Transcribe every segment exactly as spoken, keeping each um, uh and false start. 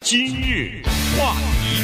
今日话题，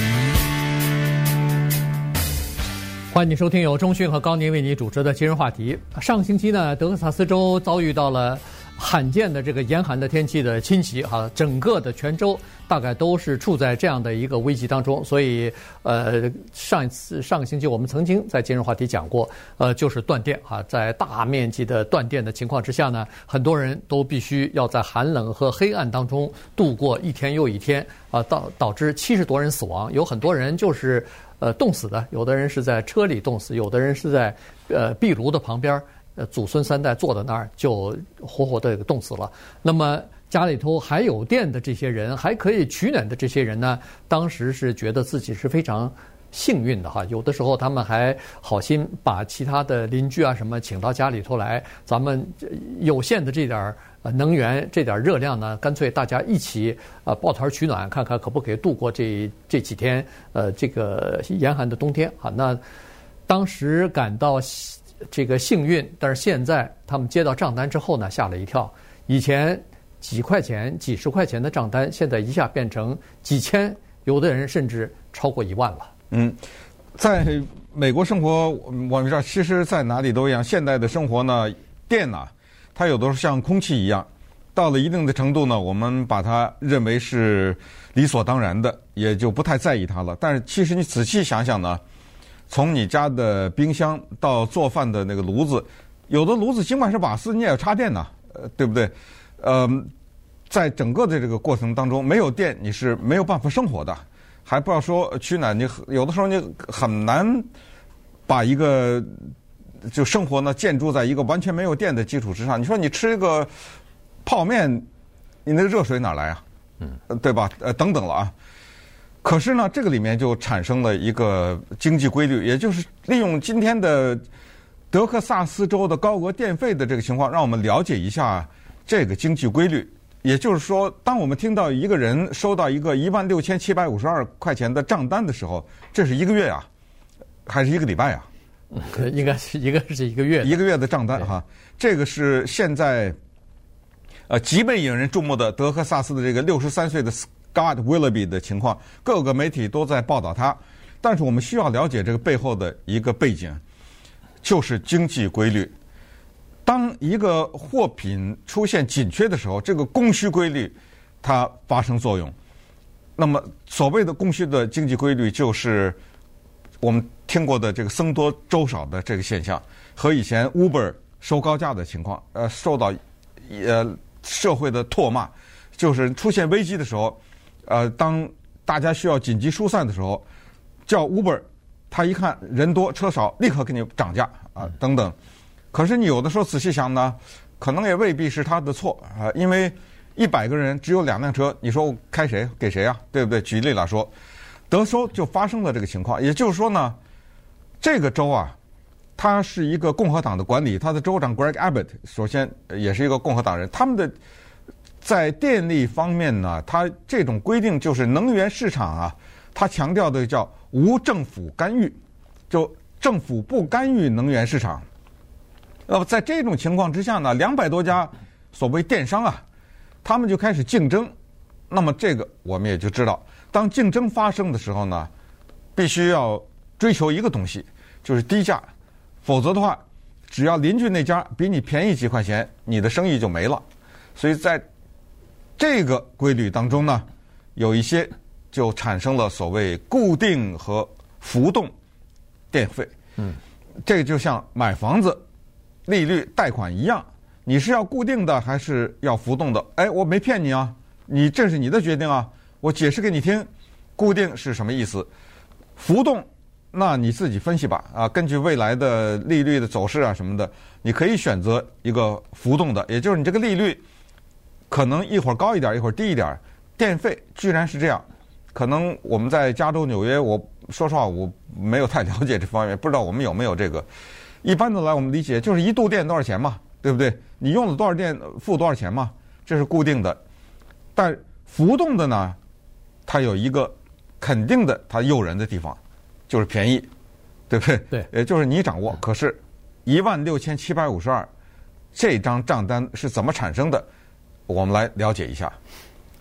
欢迎收听由钟迅和高宁为你主持的今日话题。上星期呢，德克萨斯州遭遇到了罕见的这个严寒的天气的侵袭，哈，整个的全州大概都是处在这样的一个危机当中。所以，呃，上一次上个星期我们曾经在今日话题讲过，呃，就是断电啊，在大面积的断电的情况之下呢，很多人都必须要在寒冷和黑暗当中度过一天又一天啊，导导致七十多人死亡，有很多人就是呃冻死的，有的人是在车里冻死，有的人是在呃壁炉的旁边。呃，祖孙三代坐在那儿就活活的冻死了。那么家里头还有电的这些人，还可以取暖的这些人呢，当时是觉得自己是非常幸运的哈。有的时候他们还好心把其他的邻居啊什么请到家里头来，咱们有限的这点呃能源、这点热量呢，干脆大家一起呃抱团取暖，看看可不可以度过这这几天呃这个严寒的冬天啊。那当时感到这个幸运，但是现在他们接到账单之后呢，吓了一跳。以前几块钱、几十块钱的账单，现在一下变成几千，有的人甚至超过一万了。 嗯，在美国生活，我们知道，其实在哪里都一样。现代的生活呢，电呢、啊，它有的时候像空气一样，到了一定的程度呢，我们把它认为是理所当然的，也就不太在意它了。但是其实你仔细想想呢，从你家的冰箱到做饭的那个炉子，有的炉子尽管是瓦斯，你也要插电呐，呃，对不对？呃，在整个的这个过程当中，没有电你是没有办法生活的，还不要说取暖，你有的时候你很难把一个就生活呢建筑在一个完全没有电的基础之上。你说你吃一个泡面，你那个热水哪来啊？嗯，对吧？呃，等等了啊。可是呢，这个里面就产生了一个经济规律，也就是利用今天的德克萨斯州的高额电费的这个情况，让我们了解一下这个经济规律。也就是说，当我们听到一个人收到一个一万六千七百五十二块钱的账单的时候，这是一个月啊，还是一个礼拜啊？ 应该是一个是一个月， 一个月的账单哈。这个是现在呃极为引人注目的德克萨斯的这个六十三岁的Scott Willoughby 的情况，各个媒体都在报道他，但是我们需要了解这个背后的一个背景，就是经济规律。当一个货品出现紧缺的时候，这个供需规律它发生作用。那么所谓的供需的经济规律，就是我们听过的这个僧多粥少的这个现象，和以前 Uber 收高价的情况，呃，受到呃社会的唾骂，就是出现危机的时候。呃，当大家需要紧急疏散的时候，叫 Uber， 他一看人多车少，立刻给你涨价啊，等等。可是你有的时候仔细想呢，可能也未必是他的错啊，因为一百个人只有两辆车，你说我开谁给谁啊？对不对？举例来说，德州就发生了这个情况，也就是说呢，这个州啊，他是一个共和党的管理，他的州长 Greg Abbott 首先也是一个共和党人，他们的。在电力方面呢，它这种规定就是能源市场啊，它强调的叫无政府干预，就政府不干预能源市场。那么在这种情况之下呢，两百多家所谓电商啊，他们就开始竞争。那么这个我们也就知道，当竞争发生的时候呢，必须要追求一个东西，就是低价，否则的话，只要邻居那家比你便宜几块钱，你的生意就没了。所以在这个规律当中呢，有一些就产生了所谓固定和浮动电费。嗯，这个就像买房子利率贷款一样，你是要固定的还是要浮动的？哎，我没骗你啊，你这是你的决定啊，我解释给你听，固定是什么意思？浮动，那你自己分析吧啊，根据未来的利率的走势啊什么的，你可以选择一个浮动的，也就是你这个利率。可能一会儿高一点，一会儿低一点，电费居然是这样。可能我们在加州、纽约，我说实话我没有太了解这方面，不知道我们有没有这个。一般的来，我们理解就是一度电多少钱嘛，对不对？你用了多少电，付多少钱嘛，这是固定的。但浮动的呢，它有一个肯定的它诱人的地方，就是便宜，对不对？ 对， 也就是你掌握。可是，一万六千七百五十二这张账单是怎么产生的？我们来了解一下。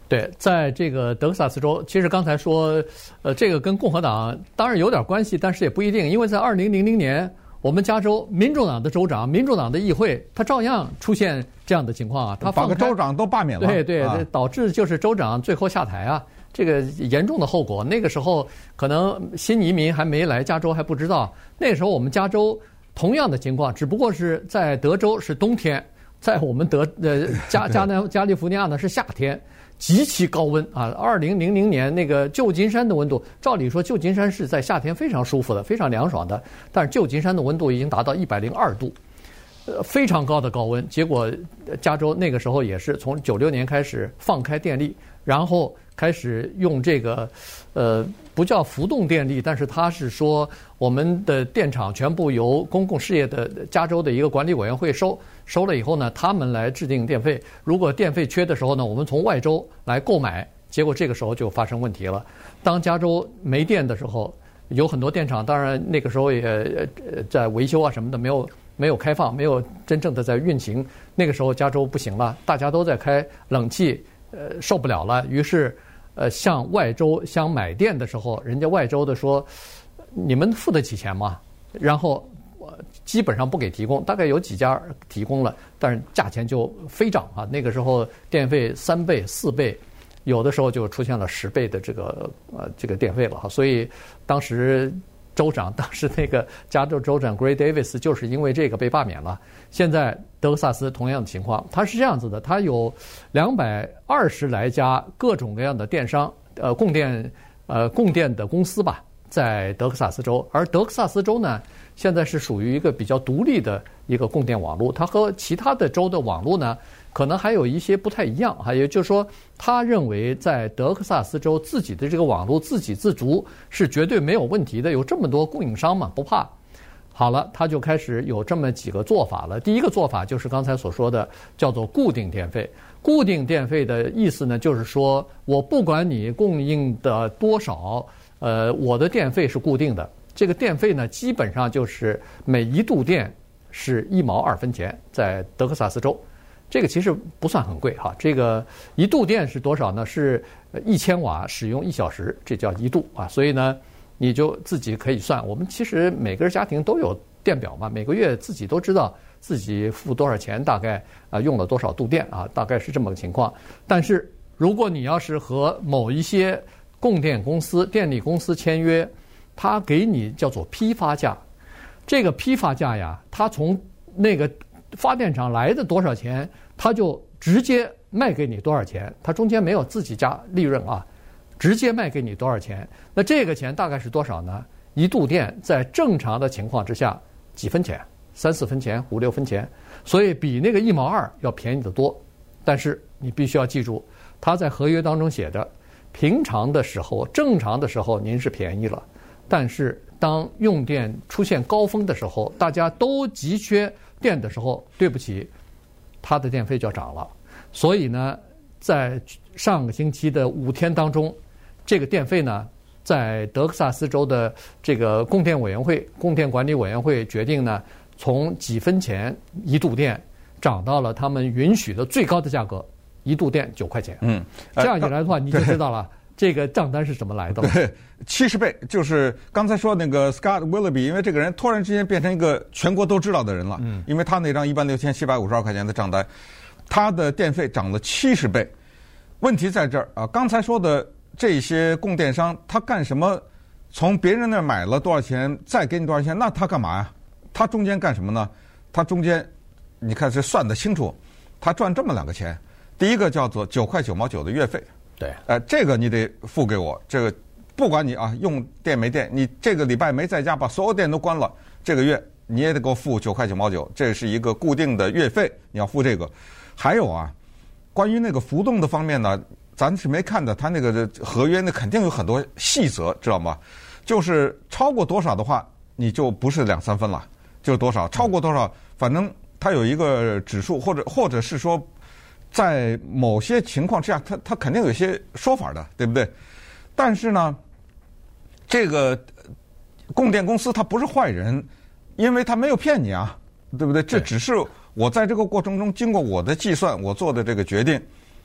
对，在这个德克萨斯州，其实刚才说，呃，这个跟共和党当然有点关系，但是也不一定，因为在二零零零年，我们加州民主党的州长、民主党的议会，他照样出现这样的情况啊，他把个州长都罢免了， 对对， 啊、 导致就是州长最后下台啊，这个严重的后果。那个时候可能新移民还没来加州还不知道，那时候我们加州同样的情况，只不过是在德州是冬天，在我们德呃加加南加利福尼亚呢是夏天。极其高温啊！二零零零年那个旧金山的温度，照理说旧金山是在夏天非常舒服的、非常凉爽的，但是旧金山的温度已经达到一百零二度，呃，非常高的高温。结果加州那个时候也是从九六年开始放开电力，然后开始用这个，呃，不叫浮动电力，但是他是说我们的电厂全部由公共事业的加州的一个管理委员会收。收了以后呢，他们来制定电费。如果电费缺的时候呢，我们从外州来购买。结果这个时候就发生问题了。当加州没电的时候，有很多电厂，当然那个时候也在维修啊什么的，没有没有开放，没有真正的在运行。那个时候加州不行了，大家都在开冷气，呃，受不了了。于是，呃，向外州想买电的时候，人家外州的说，你们付得起钱吗？然后。基本上不给提供，大概有几家提供了，但是价钱就飞涨啊！那个时候电费三倍、四倍，有的时候就出现了十倍的这个呃这个电费了哈。所以当时州长，当时那个加州州长 Gray Davis 就是因为这个被罢免了。现在德克萨斯同样的情况，它是这样子的，它有两百二十来家各种各样的电商呃供电呃供电的公司吧，在德克萨斯州，而德克萨斯州呢。现在是属于一个比较独立的一个供电网络，它和其他的州的网络呢，可能还有一些不太一样。还有就是说，他认为在德克萨斯州自己的这个网络自给自足是绝对没有问题的，有这么多供应商嘛，不怕。好了，他就开始有这么几个做法了。第一个做法就是刚才所说的，叫做固定电费。固定电费的意思呢，就是说我不管你供应的多少，呃，我的电费是固定的。这个电费呢，基本上就是每一度电是一毛二分钱，在德克萨斯州，这个其实不算很贵哈。这个一度电是多少呢？是一千瓦使用一小时，这叫一度啊。所以呢，你就自己可以算。我们其实每个家庭都有电表嘛，每个月自己都知道自己付多少钱，大概啊用了多少度电啊，大概是这么个情况。但是如果你要是和某一些供电公司、电力公司签约，他给你叫做批发价，这个批发价呀，他从那个发电厂来的多少钱，他就直接卖给你多少钱，他中间没有自己加利润啊，直接卖给你多少钱。那这个钱大概是多少呢？一度电在正常的情况之下，几分钱，三四分钱，五六分钱，所以比那个一毛二要便宜得多。但是你必须要记住，他在合约当中写的，平常的时候、正常的时候您是便宜了。但是当用电出现高峰的时候，大家都急缺电的时候，对不起，它的电费就要涨了。所以呢，在上个星期的五天当中，这个电费呢，在德克萨斯州的这个供电委员会、供电管理委员会决定呢，从几分钱一度电涨到了他们允许的最高的价格，一度电九块钱。嗯，这样一来的话，你就知道了。这个账单是怎么来的？ 对，七十倍，就是刚才说那个 Scott Willoughby， 因为这个人突然之间变成一个全国都知道的人了，嗯，因为他那张一万六千七百五十二块钱的账单，他的电费涨了七十倍。问题在这儿啊，刚才说的这些供电商，他干什么？从别人那儿买了多少钱，再给你多少钱，那他干嘛呀？他中间干什么呢？他中间，你看这算得清楚，他赚这么两个钱，第一个叫做九块九毛九的月费。 对， 呃，这个你得付给我。这个不管你啊用电没电，你这个礼拜没在家，把所有电都关了，这个月你也得给我付九块九毛九，这是一个固定的月费，你要付这个。还有啊，关于那个浮动的方面呢，咱是没看的，他那个合约那肯定有很多细则，知道吗？就是超过多少的话，你就不是两三分了，就是多少，超过多少，反正它有一个指数，或者或者是说。在某些情况之下，他他肯定有些说法的，对不对？但是呢，这个供电公司他不是坏人，因为他没有骗你啊，对不对？这只是我在这个过程中经过我的计算，我做的这个决定。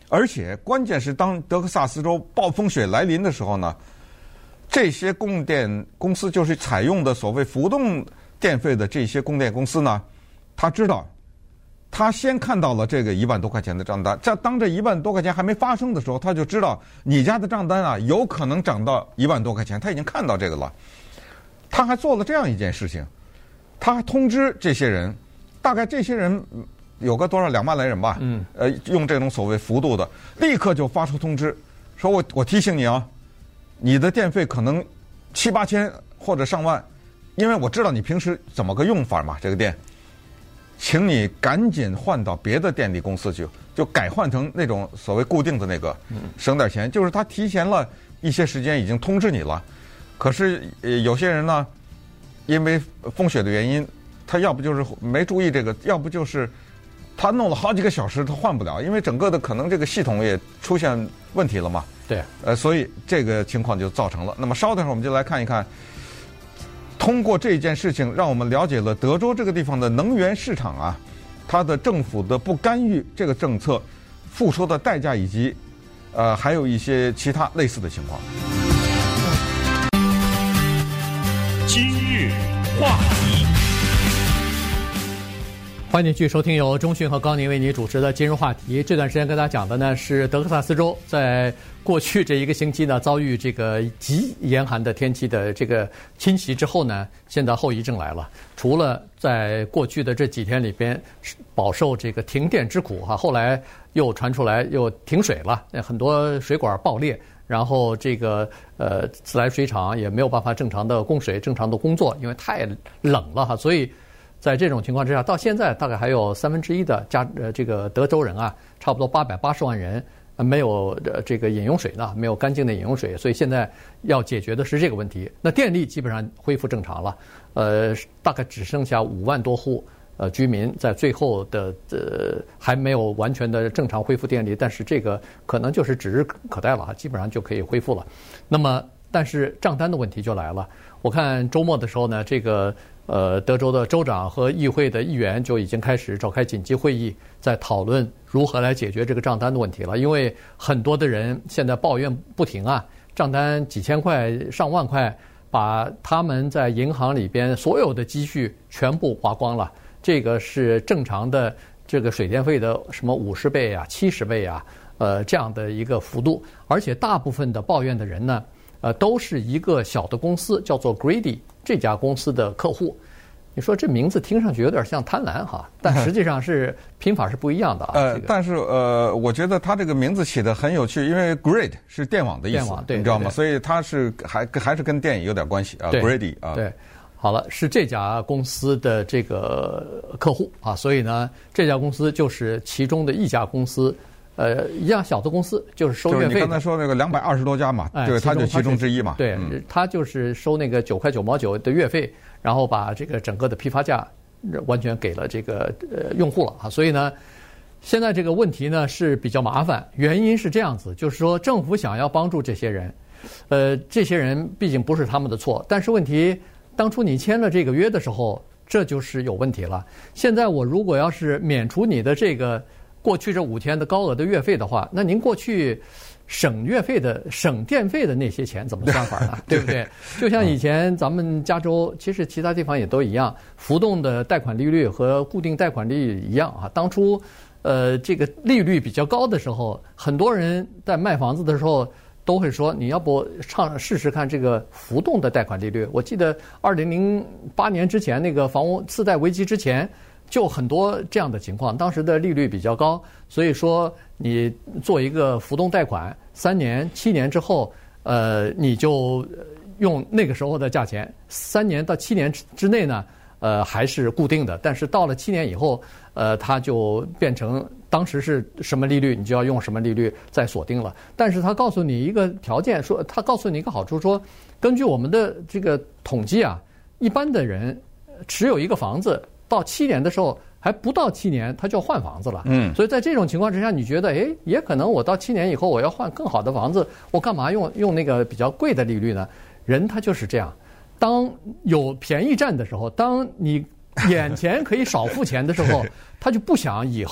而且关键是当德克萨斯州暴风雪来临的时候呢，这些供电公司就是采用的所谓浮动电费的这些供电公司呢，他知道，他先看到了这个一万多块钱的账单，这当这一万多块钱还没发生的时候，他就知道你家的账单啊有可能涨到一万多块钱，他已经看到这个了。他还做了这样一件事情，他还通知这些人，大概这些人有个多少两万来人吧，嗯，呃，用这种所谓幅度的，立刻就发出通知，说我我提醒你啊，你的电费可能七八千或者上万，因为我知道你平时怎么个用法嘛，这个电，请你赶紧换到别的电力公司去，就改换成那种所谓固定的那个，省点钱。就是他提前了一些时间已经通知你了，可是呃有些人呢，因为风雪的原因，他要不就是没注意这个，要不就是他弄了好几个小时他换不了，因为整个的可能这个系统也出现问题了嘛。 对， 呃，所以这个情况就造成了。那么稍等会儿我们就来看一看，通过这件事情，让我们了解了德州这个地方的能源市场啊，它的政府的不干预这个政策付出的代价，以及呃还有一些其他类似的情况。 今日话题。 欢迎继续收听由钟迅和高宁为你主持的今日话题。这段时间跟大家讲的呢是德克萨斯州在过去这一个星期呢遭遇这个极严寒的天气的这个侵袭之后呢，现在后遗症来了。除了在过去的这几天里边饱受这个停电之苦哈，后来又传出来又停水了，很多水管爆裂，然后这个呃自来水厂也没有办法正常的供水、正常的工作，因为太冷了哈，所以。在这种情况之下，到现在大概还有三分之一的加呃这个德州人啊，差不多八百八十万人没有呃这个饮用水呢，没有干净的饮用水，所以现在要解决的是这个问题。那电力基本上恢复正常了，呃，大概只剩下五万多户呃居民在最后的呃还没有完全的正常恢复电力，但是这个可能就是指日可待了，基本上就可以恢复了。那么，但是账单的问题就来了。我看周末的时候呢，这个。呃，德州的州长和议会的议员就已经开始召开紧急会议，在讨论如何来解决这个账单的问题了。因为很多的人现在抱怨不停啊，账单几千块、上万块，把他们在银行里边所有的积蓄全部花光了。这个是正常的这个水电费的什么五十倍啊、七十倍啊，呃，这样的一个幅度。而且大部分的抱怨的人呢，呃，都是一个小的公司，叫做 Grady。这家公司的客户，你说这名字听上去有点像贪婪哈，但实际上是拼法是不一样的啊。 呃， 这个、 但是呃，我觉得他这个名字起得很有趣，因为 grid 是电网的意思， 电网对， 你知道吗？ 对对所以它是还还是跟电有点关系啊 ，Grady 啊。 对，好了，是这家公司的这个客户啊，所以呢，这家公司就是其中的一家公司。呃，一样小的公司就是收月费的。 就是你刚才说那个两百二十多家嘛， 哎、 就是它就其中之一嘛。 对， 嗯、 它就是收那个九块九毛九的月费，然后把这个整个的批发价完全给了这个呃用户了啊。所以呢，现在这个问题呢是比较麻烦，原因是这样子，就是说政府想要帮助这些人，呃，这些人毕竟不是他们的错，但是问题当初你签了这个约的时候，这就是有问题了。现在我如果要是免除你的这个。过去这五天的高额的月费的话，那您过去省月费的、省电费的那些钱怎么算法呢？对不对？就像以前咱们加州，其实其他地方也都一样，浮动的贷款利率和固定贷款利率一样啊。当初，呃，这个利率比较高的时候，很多人在卖房子的时候都会说，你要不尝试试看这个浮动的贷款利率？我记得二零零八年之前那个房屋次贷危机之前。就很多这样的情况，当时的利率比较高，所以说你做一个浮动贷款，三年、七年之后，呃，你就用那个时候的价钱，三年到七年之内呢，呃，还是固定的，但是到了七年以后，呃，它就变成当时是什么利率，你就要用什么利率再锁定了。但是他告诉你一个条件，说他告诉你一个好处，说根据我们的这个统计啊，一般的人持有一个房子。到七年的时候，还不到七年，他就要换房子了。嗯，所以在这种情况之下，你觉得，哎，也可能我到七年以后我要换更好的房子，我干嘛用用那个比较贵的利率呢？人他就是这样，当有便宜占的时候，当你眼前可以少付钱的时候，他就不想以后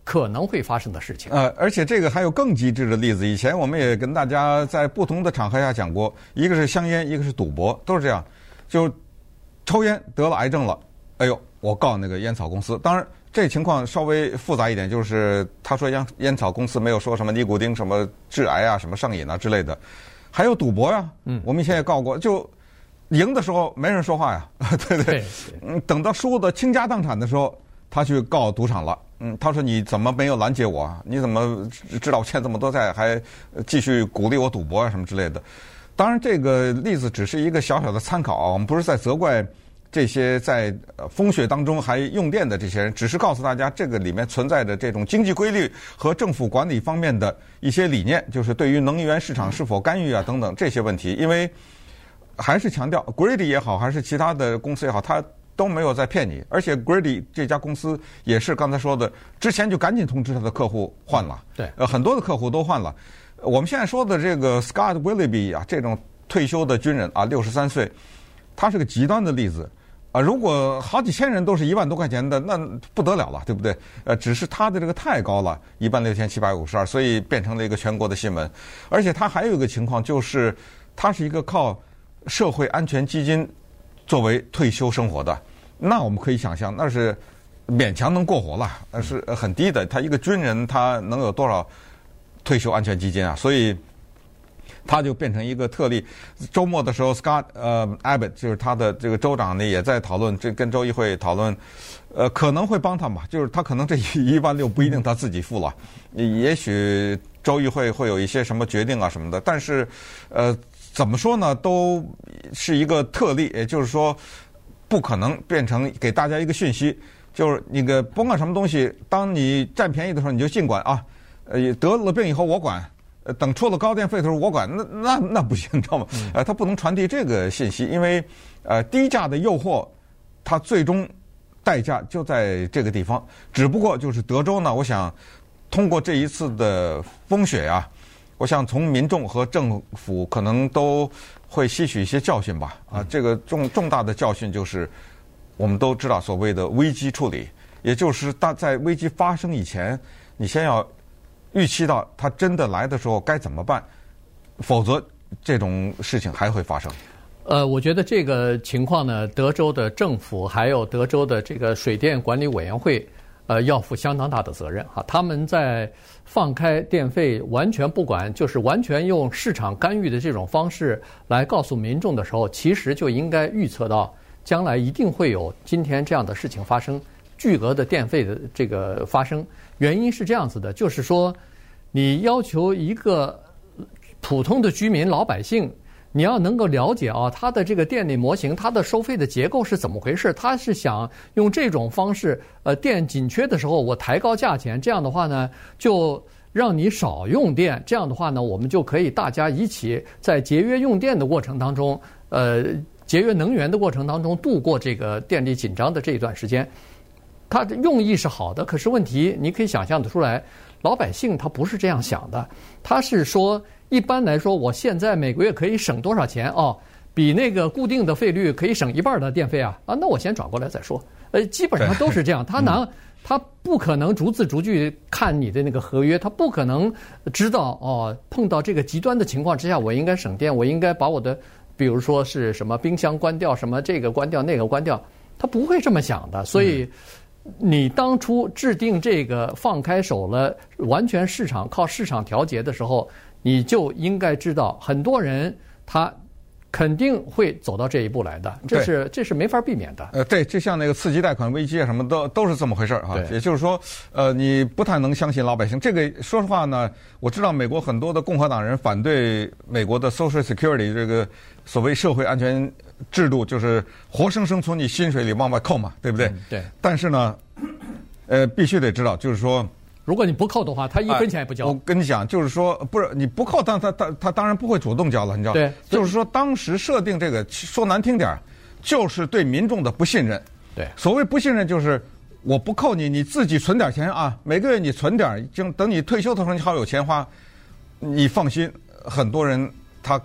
可能会发生的事情。 呃，而且这个还有更机智的例子。以前我们也跟大家在不同的场合下讲过，一个是香烟，一个是赌博，都是这样。就抽烟得了癌症了，哎呦，我告那个烟草公司。当然，这情况稍微复杂一点，就是他说烟烟草公司没有说什么尼古丁什么致癌啊、什么上瘾啊之类的。还有赌博呀，嗯，我们以前也告过，就赢的时候没人说话呀，对不对？嗯，等到输的倾家荡产的时候，他去告赌场了。嗯，他说你怎么没有拦截我？你怎么知道我欠这么多债，还继续鼓励我赌博啊什么之类的？当然，这个例子只是一个小小的参考啊，我们不是在责怪这些在风雪当中还用电的这些人，只是告诉大家这个里面存在着这种经济规律和政府管理方面的一些理念，就是对于能源市场是否干预啊等等这些问题。因为还是强调 Grady 也好，还是其他的公司也好，它都没有在骗你，而且 Grady 这家公司也是刚才说的，之前就赶紧通知他的客户换了， 对， 呃，很多的客户都换了。我们现在说的这个 Scott Willoughby 啊，这种退休的军人啊，六十三岁，他是个极端的例子啊。如果好几千人都是一万多块钱的，那不得了了，对不对？呃，只是他的这个太高了，一万六千七百五十二，所以变成了一个全国的新闻。而且他还有一个情况，就是他是一个靠社会安全基金作为退休生活的，那我们可以想象，那是勉强能过活了，那是很低的。他一个军人，他能有多少退休安全基金啊？所以他就变成一个特例。周末的时候 ，Scott 呃 Abbott 就是他的这个州长呢，也在讨论，这跟州议会讨论，呃，可能会帮他嘛，就是他可能这一万六不一定他自己付了，也许州议会会有一些什么决定啊什么的，但是呃。怎么说呢？都是一个特例，也就是说，不可能变成给大家一个讯息，就是那个甭管什么东西，当你占便宜的时候，你就尽管啊，呃，得了病以后我管，呃，等出了高电费的时候我管，那那那不行，你知道吗？呃，他不能传递这个信息，因为呃，低价的诱惑，它最终代价就在这个地方。只不过就是德州呢，我想通过这一次的风雪呀。我想从民众和政府可能都会吸取一些教训吧。啊，这个重重大的教训就是，我们都知道所谓的危机处理，也就是大在危机发生以前，你先要预期到它真的来的时候该怎么办，否则这种事情还会发生。 呃，我觉得这个情况呢，德州的政府还有德州的这个水电管理委员会。呃，要负相当大的责任哈！他们在放开电费，完全不管，就是完全用市场干预的这种方式来告诉民众的时候，其实就应该预测到将来一定会有今天这样的事情发生，巨额的电费的这个发生。原因是这样子的，就是说，你要求一个普通的居民、老百姓。你要能够了解啊，它的这个电力模型，它的收费的结构是怎么回事？它是想用这种方式，呃，电紧缺的时候我抬高价钱，这样的话呢，就让你少用电。这样的话呢，我们就可以大家一起在节约用电的过程当中，呃，节约能源的过程当中度过这个电力紧张的这一段时间。它的用意是好的，可是问题你可以想象得出来，老百姓他不是这样想的，他是说。一般来说，我现在每个月可以省多少钱哦？比那个固定的费率可以省一半的电费啊！啊，那我先转过来再说。呃，基本上都是这样。他拿他不可能逐字逐句看你的那个合约，他不可能知道哦。碰到这个极端的情况之下，我应该省电，我应该把我的，比如说是什么冰箱关掉，什么这个关掉那个关掉，他不会这么想的。所以。你当初制定这个放开手了，完全市场靠市场调节的时候，你就应该知道，很多人他肯定会走到这一步来的，这是这是没法避免的。 呃，对，就像那个次级贷款危机啊，什么都都是这么回事儿哈。也就是说，呃，你不太能相信老百姓。这个说实话呢，我知道美国很多的共和党人反对美国的 Social Security 这个所谓社会安全制度，就是活生生从你薪水里往外扣嘛，对不对？ 嗯、对。 但是呢，呃，必须得知道，就是说。 如果你不扣的话，他一分钱也不交。 我跟你讲，就是说，不是你不扣，但他他他当然不会主动交了，你知道？ 对， 就是说，当时设定这个，说难听点儿，就是对民众的不信任。 对， 所谓不信任，就是我不扣你，你自己存点钱啊，每个月你存点，就等你退休的时候你好有钱花。你放心，很多人他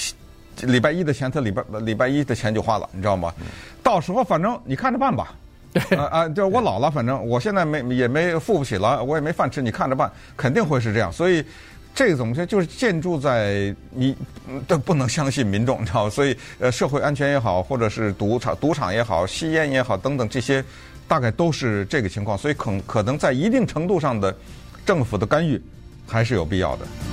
礼拜一的钱，他礼拜礼拜一的钱就花了，你知道吗？到时候反正你看着办吧。 啊啊，就是我老了，反正我现在没也没付不起了，我也没饭吃，你看着办，肯定会是这样。所以这个怎么说，就是建筑在你都不能相信民众，你知道吗？所以呃，社会安全也好，或者是赌场赌场也好，吸烟也好等等这些，大概都是这个情况。所以可可能在一定程度上的政府的干预还是有必要的。